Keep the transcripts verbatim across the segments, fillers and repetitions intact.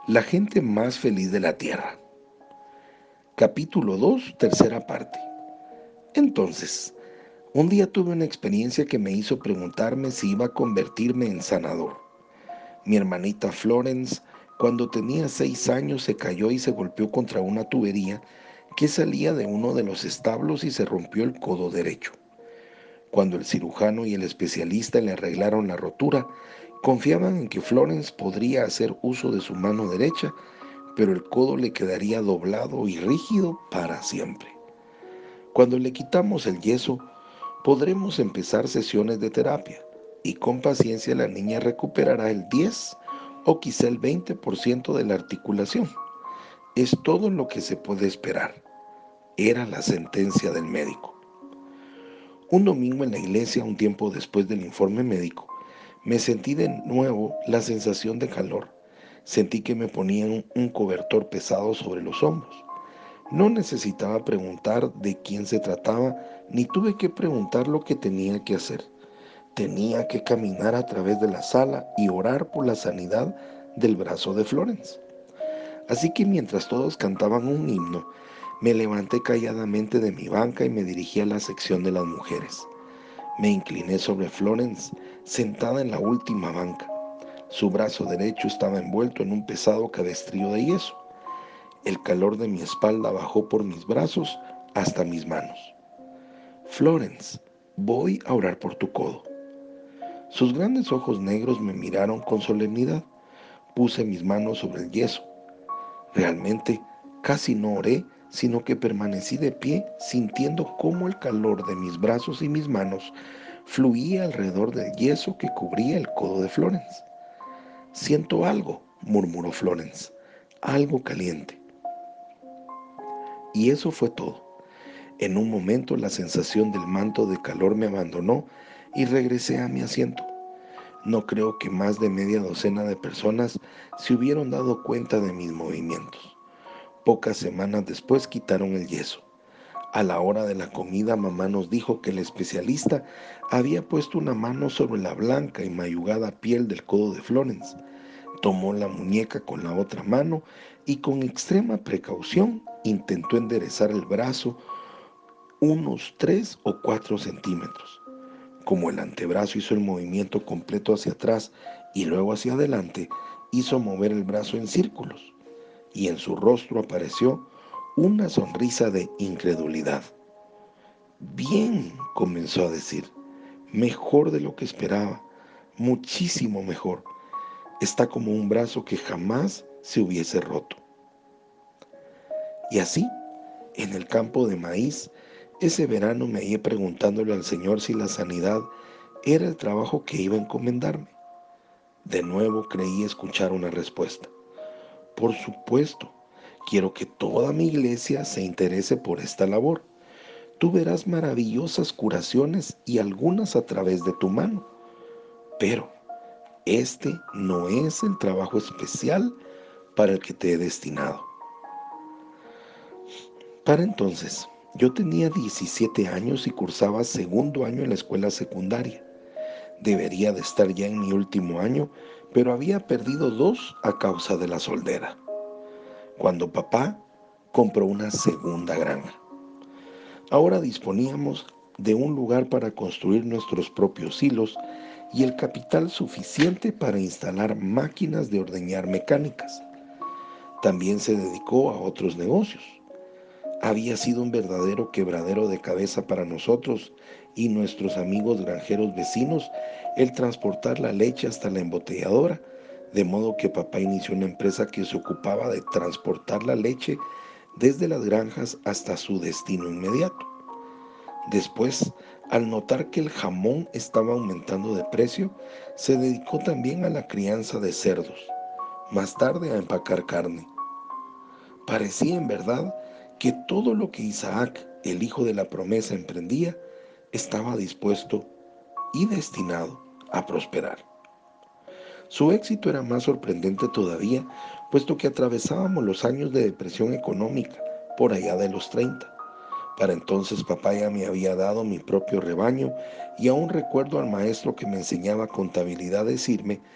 La gente más feliz de la tierra. Capítulo dos, tercera parte. Entonces, un día tuve una experiencia que me hizo preguntarme si iba a convertirme en sanador. Mi hermanita Florence, cuando tenía seis años, se cayó y se golpeó contra una tubería que salía de uno de los establos y se rompió el codo derecho. Cuando el cirujano y el especialista le arreglaron la rotura, confiaban en que Florence podría hacer uso de su mano derecha, pero el codo le quedaría doblado y rígido para siempre. Cuando le quitamos el yeso, podremos empezar sesiones de terapia y con paciencia la niña recuperará el diez o quizá el veinte por ciento de la articulación. Es todo lo que se puede esperar. Era la sentencia del médico. Un domingo en la iglesia, un tiempo después del informe médico, me sentí de nuevo la sensación de calor. Sentí que me ponían un cobertor pesado sobre los hombros. No necesitaba preguntar de quién se trataba, ni tuve que preguntar lo que tenía que hacer. Tenía que caminar a través de la sala y orar por la sanidad del brazo de Florence. Así que mientras todos cantaban un himno, me levanté calladamente de mi banca y me dirigí a la sección de las mujeres. Me incliné sobre Florence, sentada en la última banca. Su brazo derecho estaba envuelto en un pesado cabestrillo de yeso. El calor de mi espalda bajó por mis brazos hasta mis manos. Florence, voy a orar por tu codo. Sus grandes ojos negros me miraron con solemnidad. Puse mis manos sobre el yeso. Realmente casi no oré, sino que permanecí de pie, sintiendo cómo el calor de mis brazos y mis manos fluía alrededor del yeso que cubría el codo de Florence. Siento algo, murmuró Florence, algo caliente. Y eso fue todo. En un momento la sensación del manto de calor me abandonó y regresé a mi asiento. No creo que más de media docena de personas se hubieran dado cuenta de mis movimientos. Pocas semanas después quitaron el yeso. A la hora de la comida, mamá nos dijo que el especialista había puesto una mano sobre la blanca y mayugada piel del codo de Florence. Tomó la muñeca con la otra mano y con extrema precaución intentó enderezar el brazo unos tres o cuatro centímetros. Como el antebrazo hizo el movimiento completo hacia atrás y luego hacia adelante, hizo mover el brazo en círculos y en su rostro apareció una sonrisa de incredulidad. Bien, comenzó a decir, mejor de lo que esperaba, muchísimo mejor. Está como un brazo que jamás se hubiese roto. Y así, en el campo de maíz, ese verano me hallé preguntándole al Señor si la sanidad era el trabajo que iba a encomendarme. De nuevo creí escuchar una respuesta. Por supuesto, quiero que toda mi iglesia se interese por esta labor. Tú verás maravillosas curaciones y algunas a través de tu mano. Pero este no es el trabajo especial para el que te he destinado. Para entonces, yo tenía diecisiete años y cursaba segundo año en la escuela secundaria. Debería de estar ya en mi último año, pero había perdido dos a causa de la soldera. Cuando papá compró una segunda granja. Ahora disponíamos de un lugar para construir nuestros propios hilos y el capital suficiente para instalar máquinas de ordeñar mecánicas. También se dedicó a otros negocios. Había sido un verdadero quebradero de cabeza para nosotros y nuestros amigos granjeros vecinos el transportar la leche hasta la embotelladora, de modo que papá inició una empresa que se ocupaba de transportar la leche desde las granjas hasta su destino inmediato. Después, al notar que el jamón estaba aumentando de precio, se dedicó también a la crianza de cerdos, más tarde a empacar carne. Parecía en verdad que todo lo que Isaac, el hijo de la promesa, emprendía, estaba dispuesto y destinado a prosperar. Su éxito era más sorprendente todavía, puesto que atravesábamos los años de depresión económica, por allá de los treinta. Para entonces papá ya me había dado mi propio rebaño y aún recuerdo al maestro que me enseñaba contabilidad decirme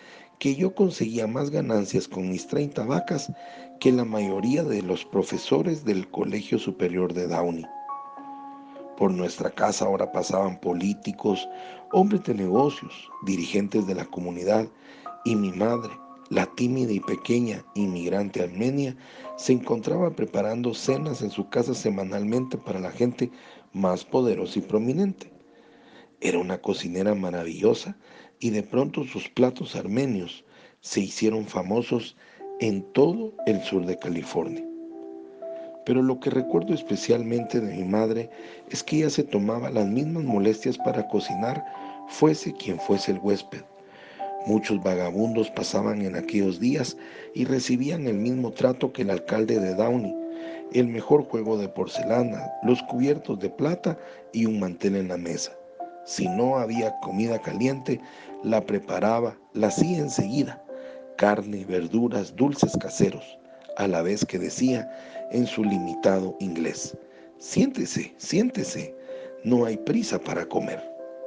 que yo conseguía más ganancias con mis treinta vacas que la mayoría de los profesores del Colegio Superior de Downey. Por nuestra casa ahora pasaban políticos, hombres de negocios, dirigentes de la comunidad, y mi madre, la tímida y pequeña inmigrante armenia, se encontraba preparando cenas en su casa semanalmente para la gente más poderosa y prominente. Era una cocinera maravillosa y de pronto sus platos armenios se hicieron famosos en todo el sur de California. Pero lo que recuerdo especialmente de mi madre es que ella se tomaba las mismas molestias para cocinar, fuese quien fuese el huésped. Muchos vagabundos pasaban en aquellos días y recibían el mismo trato que el alcalde de Downey: el mejor juego de porcelana, los cubiertos de plata y un mantel en la mesa. Si no había comida caliente, la preparaba, la hacía enseguida: carne, verduras, dulces caseros, a la vez que decía en su limitado inglés: siéntese, siéntese, no hay prisa para comer.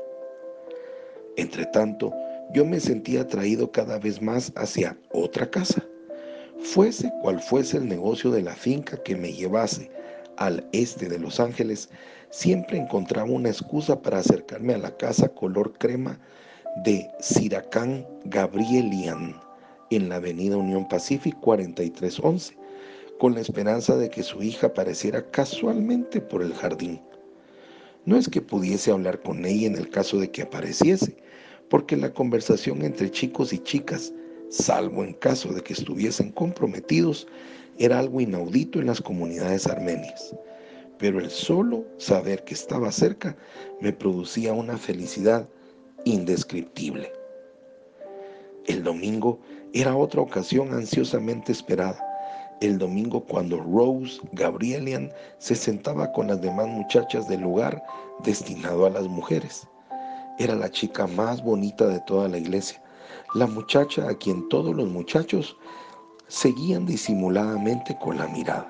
Entretanto, yo me sentía atraído cada vez más hacia otra casa. Fuese cual fuese el negocio de la finca que me llevase al este de Los Ángeles, siempre encontraba una excusa para acercarme a la casa color crema de Siracán Gabrielian en la avenida Unión Pacific cuarenta y tres once, con la esperanza de que su hija apareciera casualmente por el jardín. No es que pudiese hablar con ella en el caso de que apareciese, porque la conversación entre chicos y chicas, salvo en caso de que estuviesen comprometidos, era algo inaudito en las comunidades armenias. Pero el solo saber que estaba cerca me producía una felicidad indescriptible. El domingo era otra ocasión ansiosamente esperada. El domingo, cuando Rose Gabrielian se sentaba con las demás muchachas del lugar destinado a las mujeres. Era la chica más bonita de toda la iglesia, la muchacha a quien todos los muchachos seguían disimuladamente con la mirada.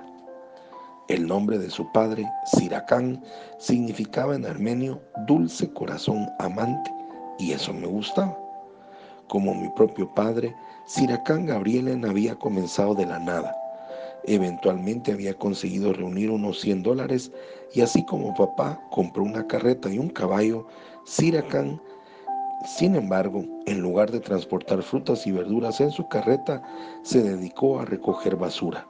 El nombre de su padre, Siracán, significaba en armenio dulce corazón amante, y eso me gustaba. Como mi propio padre, Siracán Gabrielian había comenzado de la nada. Eventualmente había conseguido reunir unos cien dólares y así como papá compró una carreta y un caballo, Siracán, sin embargo, en lugar de transportar frutas y verduras en su carreta, se dedicó a recoger basura.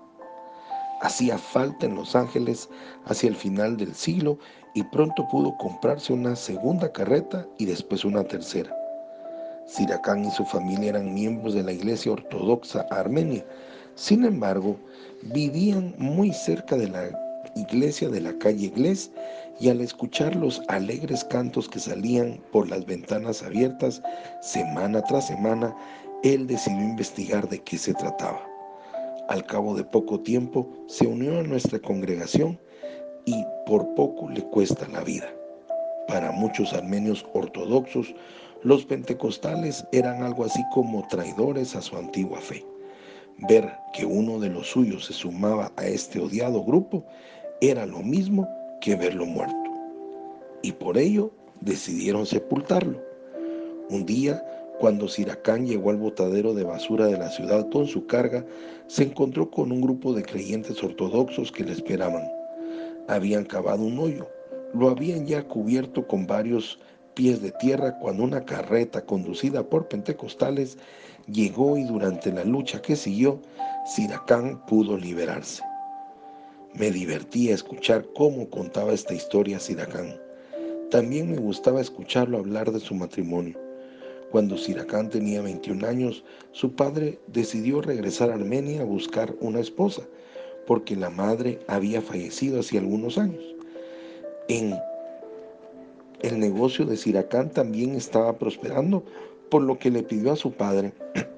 Hacía falta en Los Ángeles hacia el final del siglo y pronto pudo comprarse una segunda carreta y después una tercera. Siracán y su familia eran miembros de la Iglesia Ortodoxa Armenia. Sin embargo, vivían muy cerca de la iglesia de la calle Glés, y al escuchar los alegres cantos que salían por las ventanas abiertas semana tras semana, él decidió investigar de qué se trataba. Al cabo de poco tiempo se unió a nuestra congregación y por poco le cuesta la vida. Para muchos armenios ortodoxos, los pentecostales eran algo así como traidores a su antigua fe. Ver que uno de los suyos se sumaba a este odiado grupo era lo mismo que verlo muerto, y por ello decidieron sepultarlo. Un día, cuando Siracán llegó al botadero de basura de la ciudad con su carga, se encontró con un grupo de creyentes ortodoxos que le esperaban. Habían cavado un hoyo, lo habían ya cubierto con varios pies de tierra cuando una carreta conducida por pentecostales llegó, y durante la lucha que siguió, Siracán pudo liberarse. Me divertía escuchar cómo contaba esta historia Siracán. También me gustaba escucharlo hablar de su matrimonio. Cuando Siracán tenía veintiún años, su padre decidió regresar a Armenia a buscar una esposa, porque la madre había fallecido hace algunos años. En el negocio de Siracán también estaba prosperando, por lo que le pidió a su padre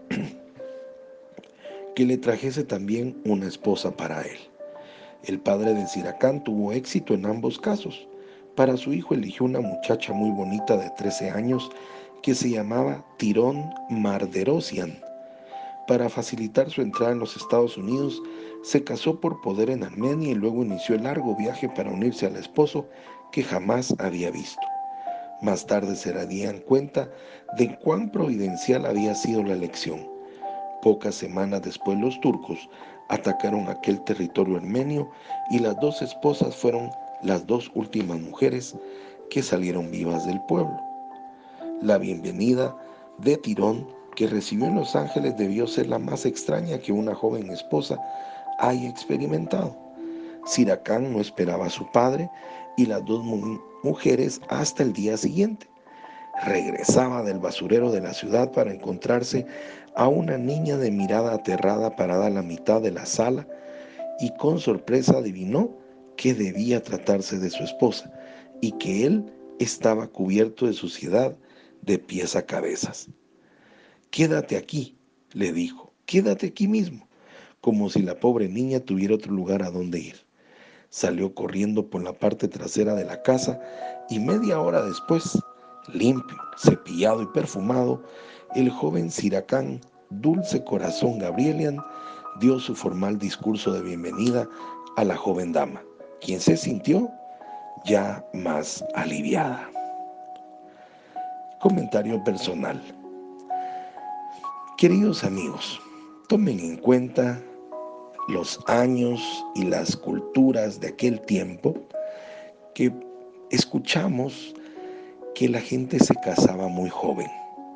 que le trajese también una esposa para él. El padre de Siracán tuvo éxito en ambos casos. Para su hijo eligió una muchacha muy bonita de trece años que se llamaba Tirón Marderosian. Para facilitar su entrada en los Estados Unidos, se casó por poder en Armenia y luego inició el largo viaje para unirse al esposo que jamás había visto. Más tarde se darían cuenta de cuán providencial había sido la elección. Pocas semanas después los turcos atacaron aquel territorio armenio y las dos esposas fueron las dos últimas mujeres que salieron vivas del pueblo. La bienvenida de Tirón que recibió en Los Ángeles debió ser la más extraña que una joven esposa haya experimentado. Siracán no esperaba a su padre y las dos mu mujeres hasta el día siguiente. Regresaba del basurero de la ciudad para encontrarse a una niña de mirada aterrada parada a la mitad de la sala y con sorpresa adivinó que debía tratarse de su esposa y que él estaba cubierto de suciedad de pies a cabezas. «Quédate aquí», le dijo, «quédate aquí mismo», como si la pobre niña tuviera otro lugar a donde ir. Salió corriendo por la parte trasera de la casa y media hora después, limpio, cepillado y perfumado, el joven Siracán, dulce corazón Gabrielian, dio su formal discurso de bienvenida a la joven dama, quien se sintió ya más aliviada. Comentario personal. Queridos amigos, tomen en cuenta los años y las culturas de aquel tiempo que escuchamos que la gente se casaba muy joven.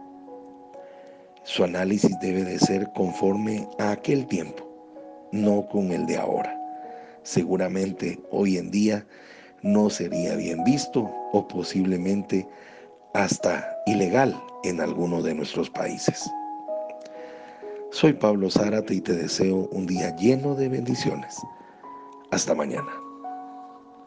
Su análisis debe de ser conforme a aquel tiempo, no con el de ahora. Seguramente hoy en día no sería bien visto o posiblemente hasta ilegal en alguno de nuestros países. Soy Pablo Zárate y te deseo un día lleno de bendiciones. Hasta mañana.